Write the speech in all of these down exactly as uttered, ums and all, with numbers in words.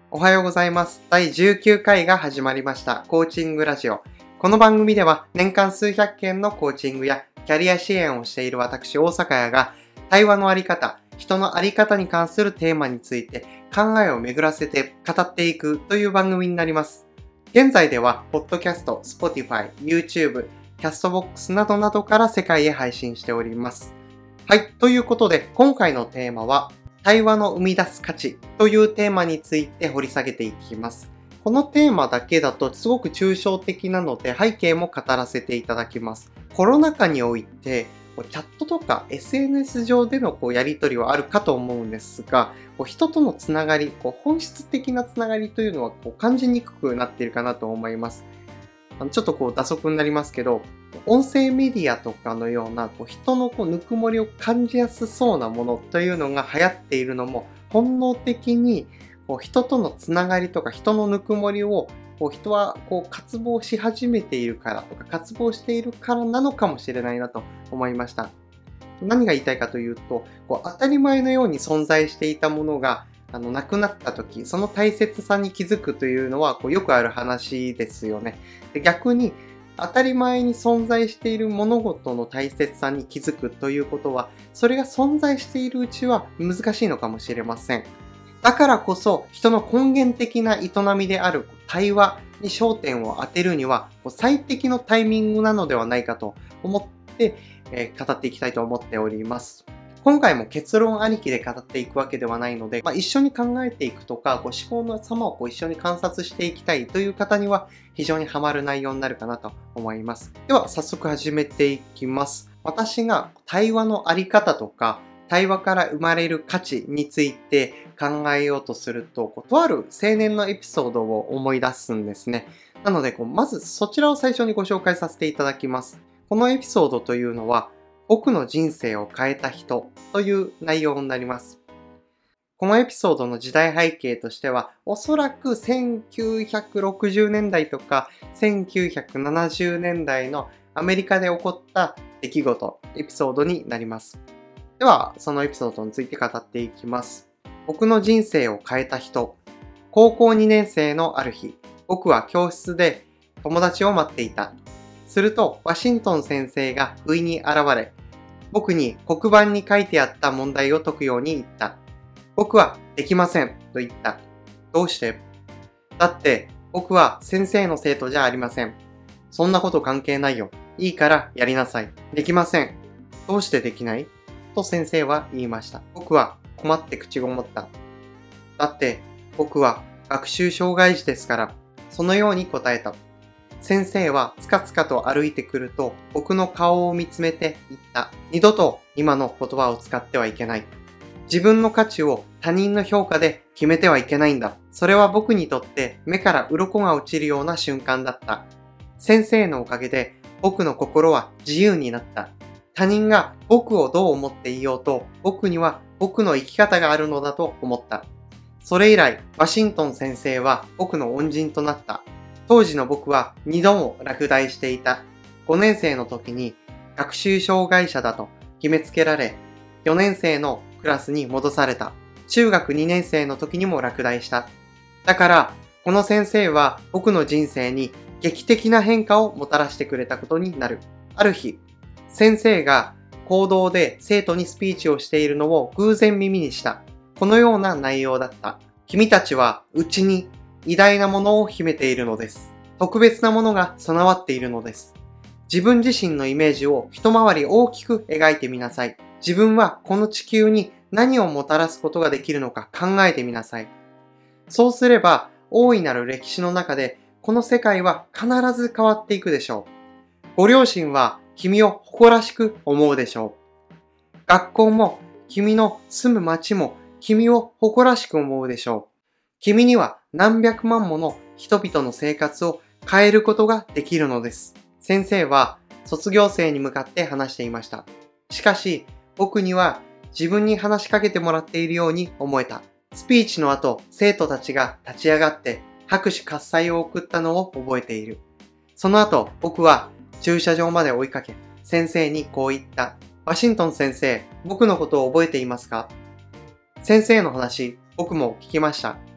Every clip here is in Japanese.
おはようございます。だいじゅうきゅうかいが始まりましたコーチングラジオ。この番組では年間数百件のコーチングやキャリア支援をしている私大阪屋が対話のあり方、人のあり方に関するテーマについて考えを巡らせて語っていくという番組になります。現在ではポッドキャスト、Spotify、YouTube、キャストボックスなどなどから世界へ配信しております。はい、ということで今回のテーマは対話の生み出す価値というテーマについて掘り下げていきます。このテーマだけだとすごく抽象的なので背景も語らせていただきます。コロナ禍においてチャットとか エスエヌエス 上でのこうやり取りはあるかと思うんですが、こう人とのつながり、こう本質的なつながりというのはこう感じにくくなっているかなと思います。あのちょっとこう打足になりますけど、音声メディアとかのようなこう人のこうぬくもりを感じやすそうなものというのが流行っているのも本能的にこう人とのつながりとか人のぬくもりをこう人はこう渇望し始めているからとか渇望しているからなのかもしれないなと思いました。何が言いたいかというと、こう当たり前のように存在していたものがあのなくなった時、その大切さに気づくというのはこうよくある話ですよね。で、逆に当たり前に存在している物事の大切さに気づくということは、それが存在しているうちは難しいのかもしれません。だからこそ人の根源的な営みである対話に焦点を当てるには最適のタイミングなのではないかと思って、えー、語っていきたいと思っております。今回も結論ありきで語っていくわけではないので、まあ、一緒に考えていくとか、こう思考の様をこう一緒に観察していきたいという方には非常にハマる内容になるかなと思います。では早速始めていきます。私が対話のあり方とか、対話から生まれる価値について考えようとすると、とある青年のエピソードを思い出すんですね。なので、こうまずそちらを最初にご紹介させていただきます。このエピソードというのは、僕の人生を変えた人という内容になります。このエピソードの時代背景としては、おそらくせんきゅうひゃくろくじゅうねんだいとかせんきゅうひゃくななじゅうねんだいのアメリカで起こった出来事、エピソードになります。では、そのエピソードについて語っていきます。僕の人生を変えた人。高校にねん生のある日、僕は教室で友達を待っていた。すると、ワシントン先生が不意に現れ、僕に黒板に書いてあった問題を解くように言った。僕はできませんと言った。どうして？だって僕は先生の生徒じゃありません。そんなこと関係ないよ。いいからやりなさい。できません。どうしてできない？と先生は言いました。僕は困って口ごもった。だって僕は学習障害児ですから。そのように答えた。先生はつかつかと歩いてくると僕の顔を見つめて言った。二度と今の言葉を使ってはいけない。自分の価値を他人の評価で決めてはいけないんだ。それは僕にとって目から鱗が落ちるような瞬間だった。先生のおかげで僕の心は自由になった。他人が僕をどう思っていようと僕には僕の生き方があるのだと思った。それ以来、ワシントン先生は僕の恩人となった。当時の僕はにども落第していた。ごねん生の時に学習障害者だと決めつけられ、よねん生のクラスに戻された。中学にねん生の時にも落第した。だから、この先生は僕の人生に劇的な変化をもたらしてくれたことになる。ある日、先生が講堂で生徒にスピーチをしているのを偶然耳にした。このような内容だった。君たちはうちに偉大なものを秘めているのです。特別なものが備わっているのです。自分自身のイメージを一回り大きく描いてみなさい。自分はこの地球に何をもたらすことができるのか考えてみなさい。そうすれば大いなる歴史の中でこの世界は必ず変わっていくでしょう。ご両親は君を誇らしく思うでしょう。学校も君の住む町も君を誇らしく思うでしょう。君には何百万もの人々の生活を変えることができるのです。先生は卒業生に向かって話していました。しかし僕には自分に話しかけてもらっているように思えた。スピーチの後、生徒たちが立ち上がって拍手喝采を送ったのを覚えている。その後、僕は駐車場まで追いかけ、先生にこう言った。ワシントン先生、僕のことを覚えていますか？先生の話、僕も聞きました。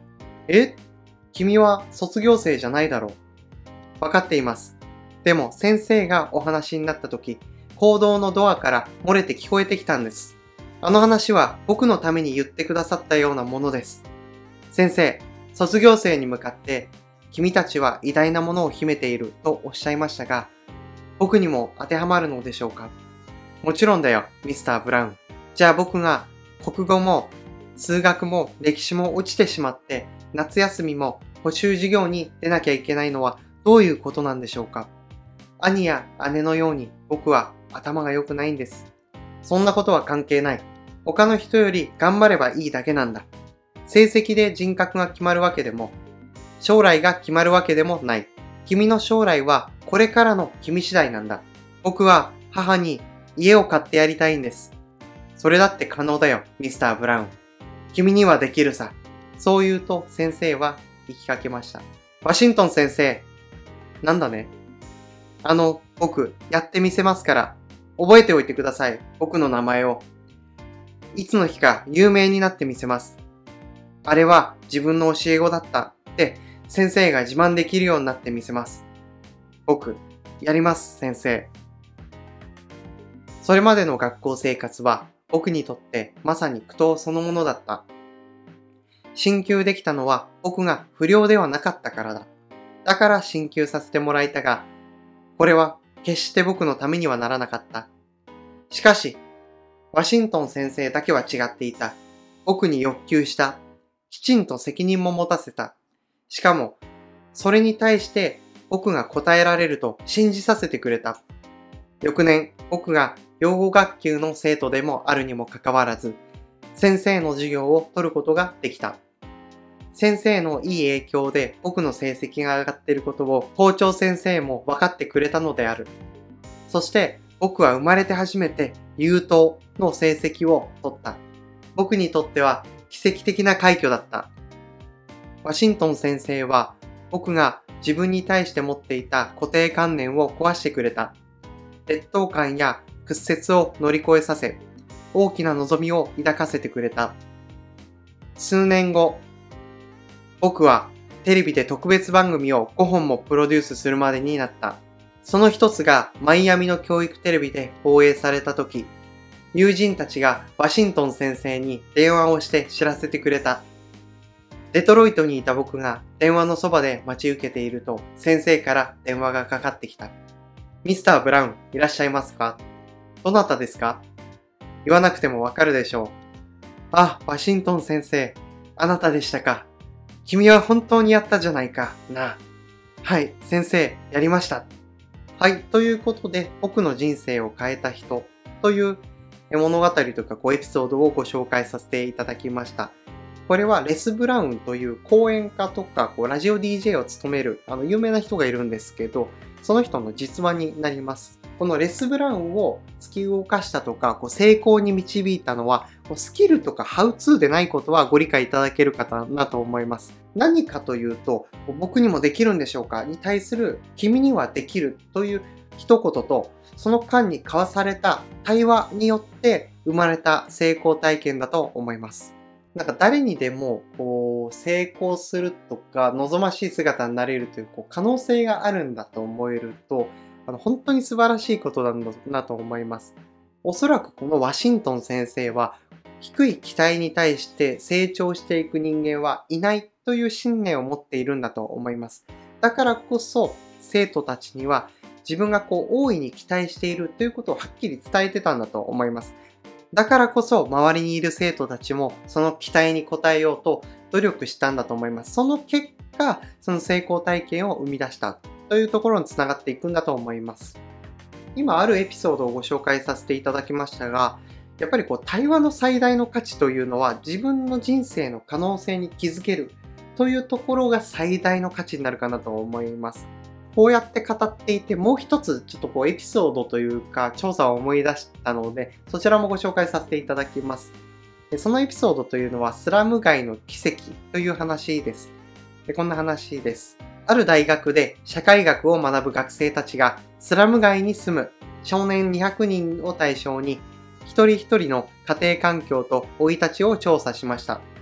え？君は卒業生じゃないだろう。わかっています。でも先生がお話になった時、講堂のドアから漏れて聞こえてきたんです。あの話は僕のために言ってくださったようなものです。先生、卒業生に向かって、君たちは偉大なものを秘めているとおっしゃいましたが、僕にも当てはまるのでしょうか？もちろんだよ、ミスター・ブラウン。じゃあ僕が国語も数学も歴史も落ちてしまって、夏休みも補習授業に出なきゃいけないのはどういうことなんでしょうか？兄や姉のように僕は頭が良くないんです。そんなことは関係ない。他の人より頑張ればいいだけなんだ。成績で人格が決まるわけでも、将来が決まるわけでもない。君の将来はこれからの君次第なんだ。僕は母に家を買ってやりたいんです。それだって可能だよ、ミスター・ブラウン。君にはできるさ。そう言うと先生は言いかけました。ワシントン先生。なんだね。あの、僕、やってみせますから、覚えておいてください。僕の名前を。いつの日か有名になってみせます。あれは自分の教え子だったって先生が自慢できるようになってみせます。僕、やります、先生。それまでの学校生活は僕にとってまさに苦闘そのものだった。進級できたのは僕が不良ではなかったからだ。だから進級させてもらえたが、これは決して僕のためにはならなかった。しかし、ワシントン先生だけは違っていた。僕に欲求した。きちんと責任も持たせた。しかも、それに対して僕が答えられると信じさせてくれた。翌年、僕が養護学級の生徒でもあるにもかかわらず、先生の授業を取ることができた。先生のいい影響で僕の成績が上がっていることを校長先生も分かってくれたのである。そして僕は生まれて初めて優等の成績を取った。僕にとっては奇跡的な快挙だった。ワシントン先生は僕が自分に対して持っていた固定観念を壊してくれた。劣等感や屈折を乗り越えさせ、大きな望みを抱かせてくれた。数年後、僕はテレビで特別番組をごほんもプロデュースするまでになった。その一つがマイアミの教育テレビで放映された時、友人たちがワシントン先生に電話をして知らせてくれた。デトロイトにいた僕が電話のそばで待ち受けていると先生から電話がかかってきた。ミスター・ブラウン、いらっしゃいますか？どなたですか？言わなくてもわかるでしょう。あ、ワシントン先生、あなたでしたか。君は本当にやったじゃないかな。はい、先生、やりました。はい、ということで、僕の人生を変えた人という物語とかこうエピソードをご紹介させていただきました。これはレス・ブラウンという講演家とかこうラジオ ディージェー を務めるあの有名な人がいるんですけど、その人の実話になります。このレス・ブラウンを突き動かしたとかこう成功に導いたのはこうスキルとかハウツーでないことはご理解いただけるかなと思います。何かというと、僕にもできるんでしょうかに対する君にはできるという一言と、その間に交わされた対話によって生まれた成功体験だと思います。なんか誰にでもこう成功するとか望ましい姿になれるという、こう可能性があるんだと思えると、あの本当に素晴らしいことなんだなと思います。おそらくこのワシントン先生は低い期待に対して成長していく人間はいないという信念を持っているんだと思います。だからこそ生徒たちには自分がこう大いに期待しているということをはっきり伝えてたんだと思います。だからこそ周りにいる生徒たちもその期待に応えようと努力したんだと思います。その結果、その成功体験を生み出したというところにつながっていくんだと思います。今あるエピソードをご紹介させていただきましたが、やっぱりこう対話の最大の価値というのは自分の人生の可能性に気づけるというところが最大の価値になるかなと思います。こうやって語っていて、もう一つちょっとこうエピソードというか調査を思い出したので、そちらもご紹介させていただきます。そのエピソードというのはスラム街の奇跡という話です。こんな話です。ある大学で社会学を学ぶ学生たちがスラム街に住む少年にひゃくにんを対象に一人一人の家庭環境と生い立ちを調査しました。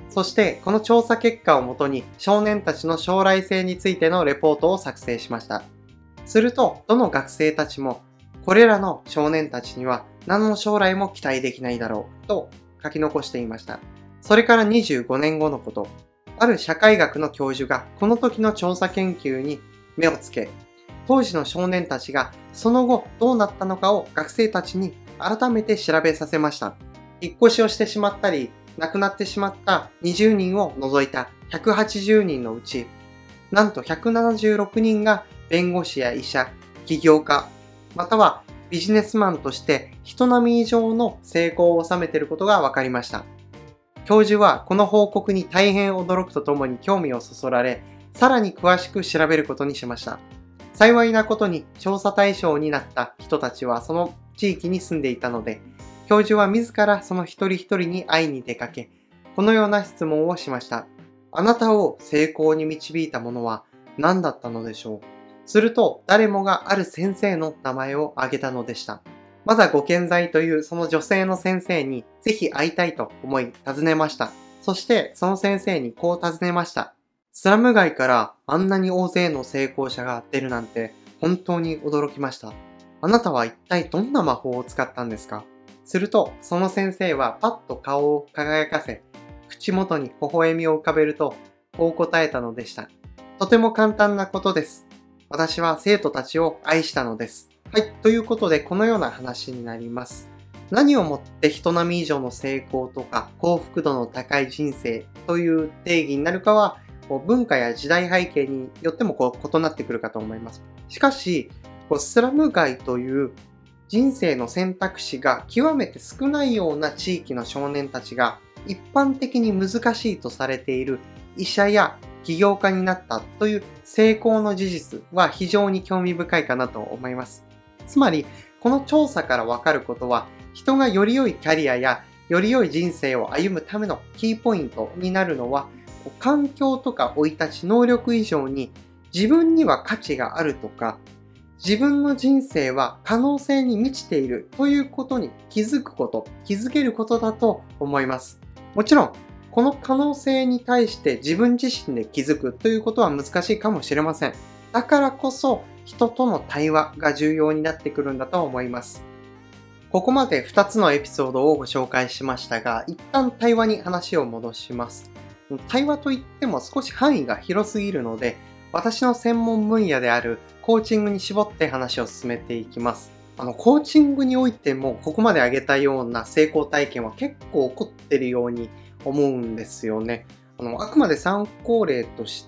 そしてこの調査結果をもとに少年たちの将来性についてのレポートを作成しました。すると、どの学生たちもこれらの少年たちには何の将来も期待できないだろうと書き残していました。それからにじゅうごねんごのこと、ある社会学の教授がこの時の調査研究に目をつけ、当時の少年たちがその後どうなったのかを学生たちに改めて調べさせました。引っ越しをしてしまったり、亡くなってしまったにじゅうにんを除いたひゃくはちじゅうにんのうち、なんとひゃくななじゅうろくにんが弁護士や医者、起業家、またはビジネスマンとして人並み以上の成功を収めていることが分かりました。教授はこの報告に大変驚くとともに興味をそそられ、さらに詳しく調べることにしました。幸いなことに調査対象になった人たちはその地域に住んでいたので、教授は自らその一人一人に会いに出かけ、このような質問をしました。あなたを成功に導いたものは何だったのでしょう。すると誰もがある先生の名前を挙げたのでした。まだご健在というその女性の先生にぜひ会いたいと思い尋ねました。そしてその先生にこう尋ねました。スラム街からあんなに大勢の成功者が出るなんて本当に驚きました。あなたは一体どんな魔法を使ったんですか？するとその先生はパッと顔を輝かせ、口元に微笑みを浮かべるとこう答えたのでした。とても簡単なことです。私は生徒たちを愛したのです。はい、ということでこのような話になります。何をもって人並み以上の成功とか幸福度の高い人生という定義になるかは、文化や時代背景によってもこう異なってくるかと思います。しかし、スラム街という人生の選択肢が極めて少ないような地域の少年たちが一般的に難しいとされている医者や起業家になったという成功の事実は非常に興味深いかなと思います。つまり、この調査からわかることは、人がより良いキャリアやより良い人生を歩むためのキーポイントになるのは、環境とか生い立ち、能力以上に自分には価値があるとか、自分の人生は可能性に満ちているということに気づくこと、気づけることだと思います。もちろん、この可能性に対して自分自身で気づくということは難しいかもしれません。だからこそ、人との対話が重要になってくるんだと思います。ここまでふたつのエピソードをご紹介しましたが、一旦対話に話を戻します。対話といっても少し範囲が広すぎるので、私の専門分野であるコーチングに絞って話を進めていきます。あの、コーチングにおいてもここまで挙げたような成功体験は結構起こっているように思うんですよね。あの、あくまで参考例として、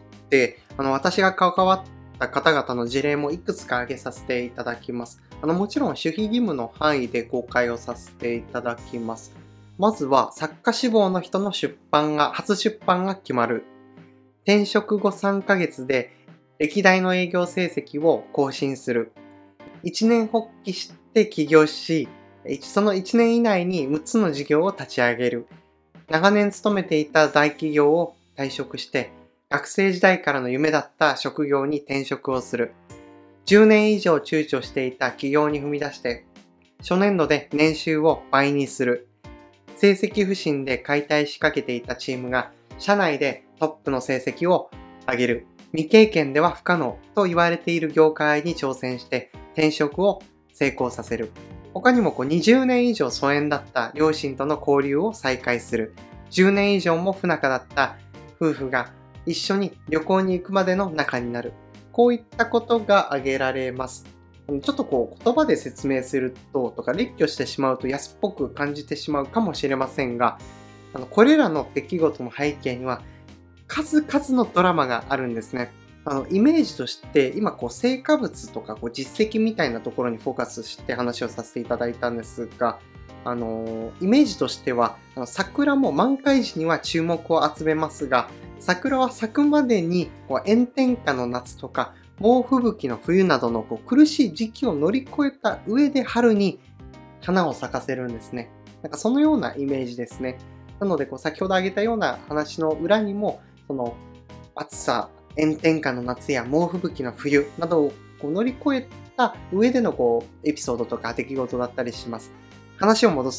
あの、私が関わった方々の事例もいくつか挙げさせていただきます。あの、もちろん守秘義務の範囲で公開をさせていただきます。まずは作家志望の人の出版が、初出版が決まる。転職後さんかげつで歴代の営業成績を更新する。一年発起して起業し、そのいちねん以内にむっつの事業を立ち上げる。長年勤めていた大企業を退職して、学生時代からの夢だった職業に転職をする。じゅうねん以上躊躇していた起業に踏み出して、初年度で年収を倍にする。成績不振で解体しかけていたチームが、社内でトップの成績を上げる。未経験では不可能と言われている業界に挑戦して転職を成功させる。他にもこうにじゅうねん以上疎遠だった両親との交流を再開する。じゅうねん以上も不仲だった夫婦が一緒に旅行に行くまでの仲になる。こういったことが挙げられます。ちょっとこう言葉で説明するととか列挙してしまうと安っぽく感じてしまうかもしれませんが、あのこれらの出来事の背景には数々のドラマがあるんですね。あのイメージとして今こう成果物とかこう実績みたいなところにフォーカスして話をさせていただいたんですが、あのイメージとしてはあの桜も満開時には注目を集めますが、桜は咲くまでにこう炎天下の夏とか猛吹雪の冬などのこう苦しい時期を乗り越えた上で春に花を咲かせるんですね。なんかそのようなイメージですね。なのでこう先ほど挙げたような話の裏にもその暑さ、炎天下の夏や猛吹雪の冬などをこう乗り越えた上でのこうエピソードとか出来事だったりします。話を戻すと、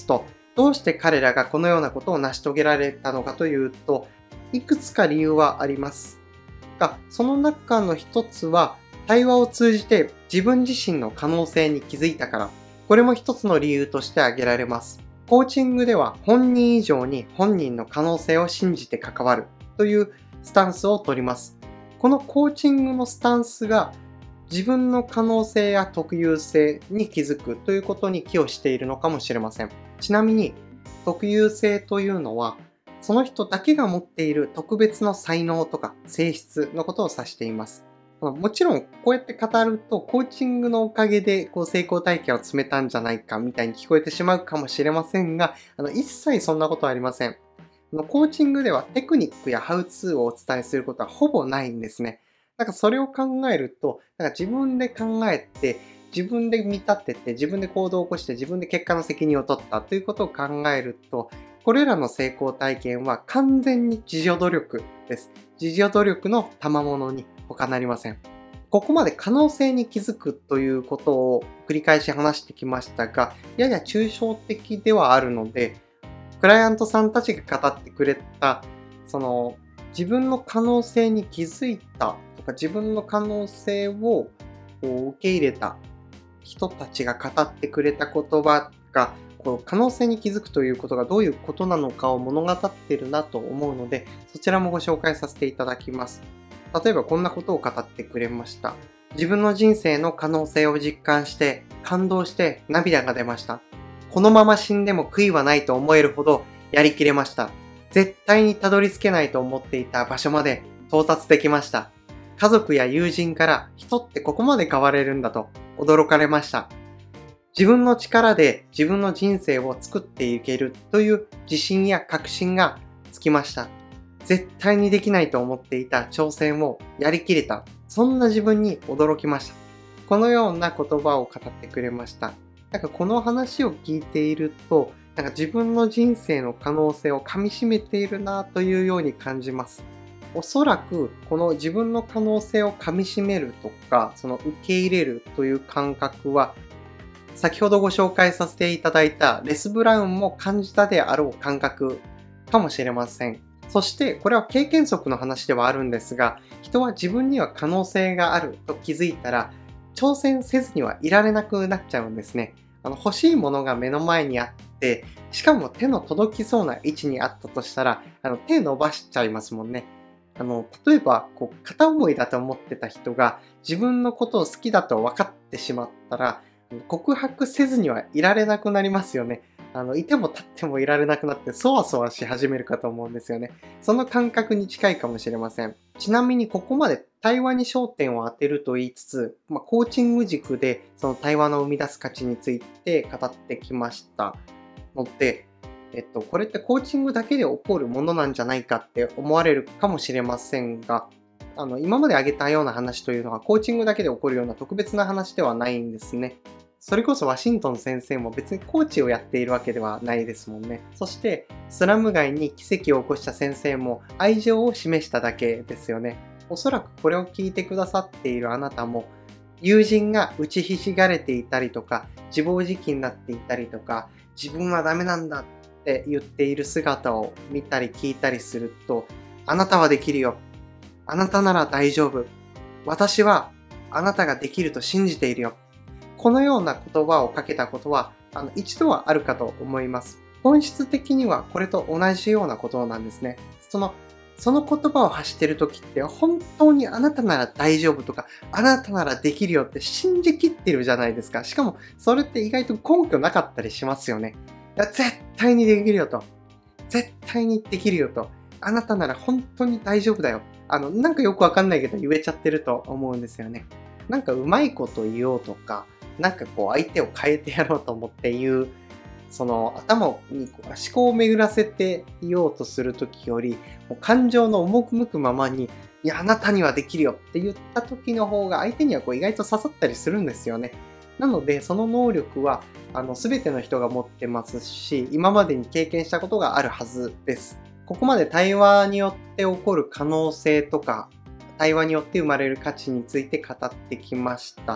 どうして彼らがこのようなことを成し遂げられたのかというと、いくつか理由はありますが、その中の一つは、対話を通じて自分自身の可能性に気づいたから。これも一つの理由として挙げられます。コーチングでは本人以上に本人の可能性を信じて関わるというスタンスを取ります。このコーチングのスタンスが自分の可能性や特有性に気づくということに寄与しているのかもしれません。ちなみに特有性というのはその人だけが持っている特別の才能とか性質のことを指しています。もちろんこうやって語るとコーチングのおかげでこう成功体験を積めたんじゃないかみたいに聞こえてしまうかもしれませんが、あの一切そんなことはありません。コーチングではテクニックやハウツーをお伝えすることはほぼないんですね。だからそれを考えると、なんか自分で考えて、自分で見立てて、自分で行動を起こして、自分で結果の責任を取ったということを考えると、これらの成功体験は完全に自助努力です。自助努力の賜物に他なりません。ここまで可能性に気づくということを繰り返し話してきましたが、やや抽象的ではあるので、クライアントさんたちが語ってくれた、その自分の可能性に気づいたとか、自分の可能性をこう受け入れた人たちが語ってくれた言葉が、こう可能性に気づくということがどういうことなのかを物語っているなと思うので、そちらもご紹介させていただきます。例えばこんなことを語ってくれました。自分の人生の可能性を実感して感動して涙が出ました。このまま死んでも悔いはないと思えるほどやりきれました。絶対にたどり着けないと思っていた場所まで到達できました。家族や友人から人ってここまで変われるんだと驚かれました。自分の力で自分の人生を作っていけるという自信や確信がつきました。絶対にできないと思っていた挑戦をやりきれた。そんな自分に驚きました。このような言葉を語ってくれました。なんかこの話を聞いていると、なんか自分の人生の可能性をかみしめているなというように感じます。おそらくこの自分の可能性をかみしめるとか、その受け入れるという感覚は、先ほどご紹介させていただいたレス・ブラウンも感じたであろう感覚かもしれません。そしてこれは経験則の話ではあるんですが、人は自分には可能性があると気づいたら挑戦せずにはいられなくなっちゃうんですね。あの欲しいものが目の前にあって、しかも手の届きそうな位置にあったとしたら、あの手伸ばしちゃいますもんね。あの例えばこう片思いだと思ってた人が自分のことを好きだと分かってしまったら、告白せずにはいられなくなりますよね。あのいても立ってもいられなくなってそわそわし始めるかと思うんですよね。その感覚に近いかもしれません。ちなみにここまで対話に焦点を当てると言いつつ、まあ、コーチング軸でその対話の生み出す価値について語ってきましたので、えっと、これってコーチングだけで起こるものなんじゃないかって思われるかもしれませんが、あの今まで挙げたような話というのはコーチングだけで起こるような特別な話ではないんですね。それこそワシントン先生も別にコーチをやっているわけではないですもんね。そしてスラム街に奇跡を起こした先生も愛情を示しただけですよね。おそらくこれを聞いてくださっているあなたも、友人が打ちひしがれていたりとか、自暴自棄になっていたりとか、自分はダメなんだって言っている姿を見たり聞いたりすると、あなたはできるよ。あなたなら大丈夫。私はあなたができると信じているよ。このような言葉をかけたことはあの一度はあるかと思います。本質的にはこれと同じようなことなんですね。そのその言葉を発している時って本当にあなたなら大丈夫とかあなたならできるよって信じきってるじゃないですか。しかもそれって意外と根拠なかったりしますよね。いや絶対にできるよと。絶対にできるよと。あなたなら本当に大丈夫だよ。あのなんかよくわかんないけど言えちゃってると思うんですよね。なんかうまいこと言おうとか、なんかこう相手を変えてやろうと思って言う、その頭にこう思考を巡らせていようとするときより、もう感情の赴くままに、いやあなたにはできるよって言った時の方が相手にはこう意外と刺さったりするんですよね。なのでその能力はあの全ての人が持ってますし、今までに経験したことがあるはずです。ここまで対話によって起こる可能性とか、対話によって生まれる価値について語ってきました。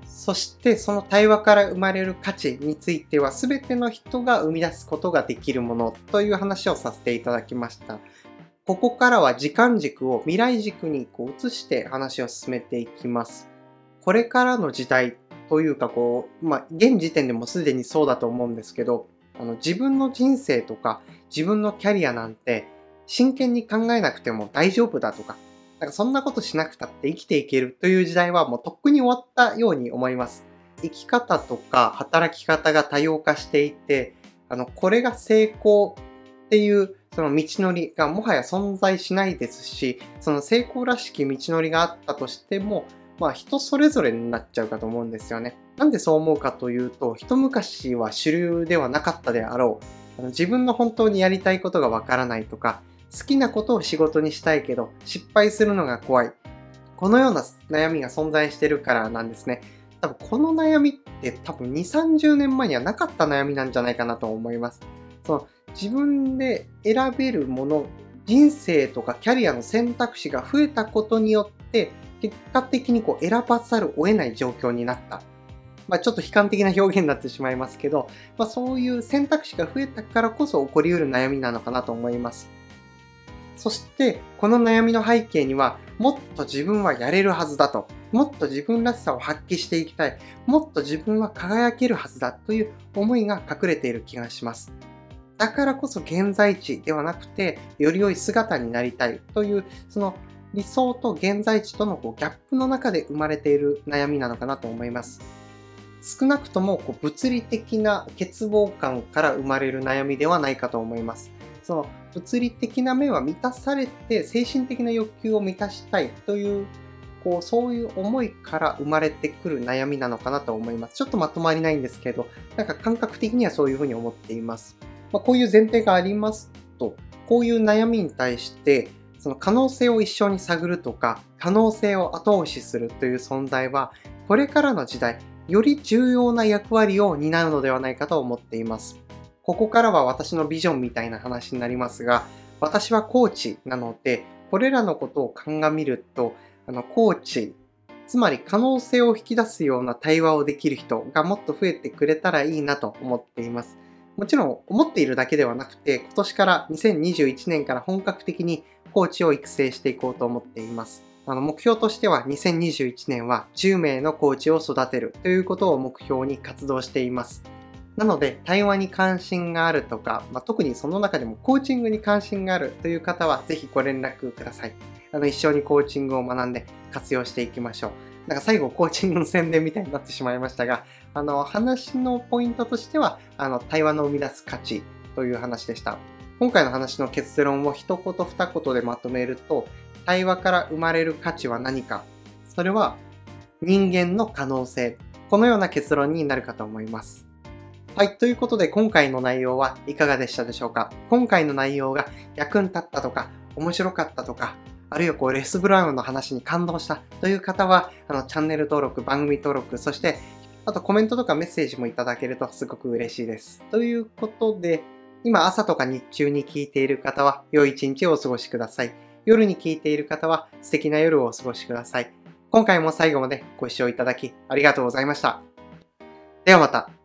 そしてその対話から生まれる価値については全ての人が生み出すことができるものという話をさせていただきました。ここからは時間軸を未来軸にこう移して話を進めていきます。これからの時代というかこう、まあ、現時点でもすでにそうだと思うんですけど、あの自分の人生とか自分のキャリアなんて真剣に考えなくても大丈夫だとか、なんかそんなことしなくたって生きていけるという時代はもうとっくに終わったように思います。生き方とか働き方が多様化していて、あの、これが成功っていうその道のりがもはや存在しないですし、その成功らしき道のりがあったとしても、まあ人それぞれになっちゃうかと思うんですよね。なんでそう思うかというと、一昔は主流ではなかったであろう。あの自分の本当にやりたいことがわからないとか、好きなことを仕事にしたいけど失敗するのが怖い。このような悩みが存在してるからなんですね。多分この悩みって多分に、さんじゅうねんまえにはなかった悩みなんじゃないかなと思います。その自分で選べるもの、人生とかキャリアの選択肢が増えたことによって結果的にこう選ばざるを得ない状況になった。まあ、ちょっと悲観的な表現になってしまいますけど、まあ、そういう選択肢が増えたからこそ起こり得る悩みなのかなと思います。そして、この悩みの背景には、もっと自分はやれるはずだと、もっと自分らしさを発揮していきたい、もっと自分は輝けるはずだという思いが隠れている気がします。だからこそ現在地ではなくて、より良い姿になりたいという、その理想と現在地とのこうギャップの中で生まれている悩みなのかなと思います。少なくともこう物理的な欠乏感から生まれる悩みではないかと思います。その物理的な面は満たされて精神的な欲求を満たしたいという、こうそういう思いから生まれてくる悩みなのかなと思います。ちょっとまとまりないんですけど、なんか感覚的にはそういうふうに思っています。まあ、こういう前提がありますと、こういう悩みに対してその可能性を一緒に探るとか、可能性を後押しするという存在は、これからの時代、より重要な役割を担うのではないかと思っています。ここからは私のビジョンみたいな話になりますが、私はコーチなので、これらのことを鑑みると、あのコーチ、つまり可能性を引き出すような対話をできる人がもっと増えてくれたらいいなと思っています。もちろん思っているだけではなくて、今年からにせんにじゅういちねんから本格的にコーチを育成していこうと思っています。あの目標としてはにせんにじゅういちねんはじゅうめいのコーチを育てるということを目標に活動しています。なので対話に関心があるとか、まあ、特にその中でもコーチングに関心があるという方はぜひご連絡ください。あの一緒にコーチングを学んで活用していきましょう。なんか最後コーチングの宣伝みたいになってしまいましたが、あの話のポイントとしてはあの対話の生み出す価値という話でした。今回の話の結論を一言二言でまとめると、対話から生まれる価値は何か。それは人間の可能性。このような結論になるかと思います。はい。ということで今回の内容はいかがでしたでしょうか。今回の内容が役に立ったとか、面白かったとか、あるいはこうレス・ブラウンの話に感動したという方は、あのチャンネル登録、番組登録、そしてあとコメントとかメッセージもいただけるとすごく嬉しいです。ということで、今朝とか日中に聞いている方は良い一日をお過ごしください。夜に聞いている方は素敵な夜をお過ごしください。今回も最後までご視聴いただきありがとうございました。ではまた。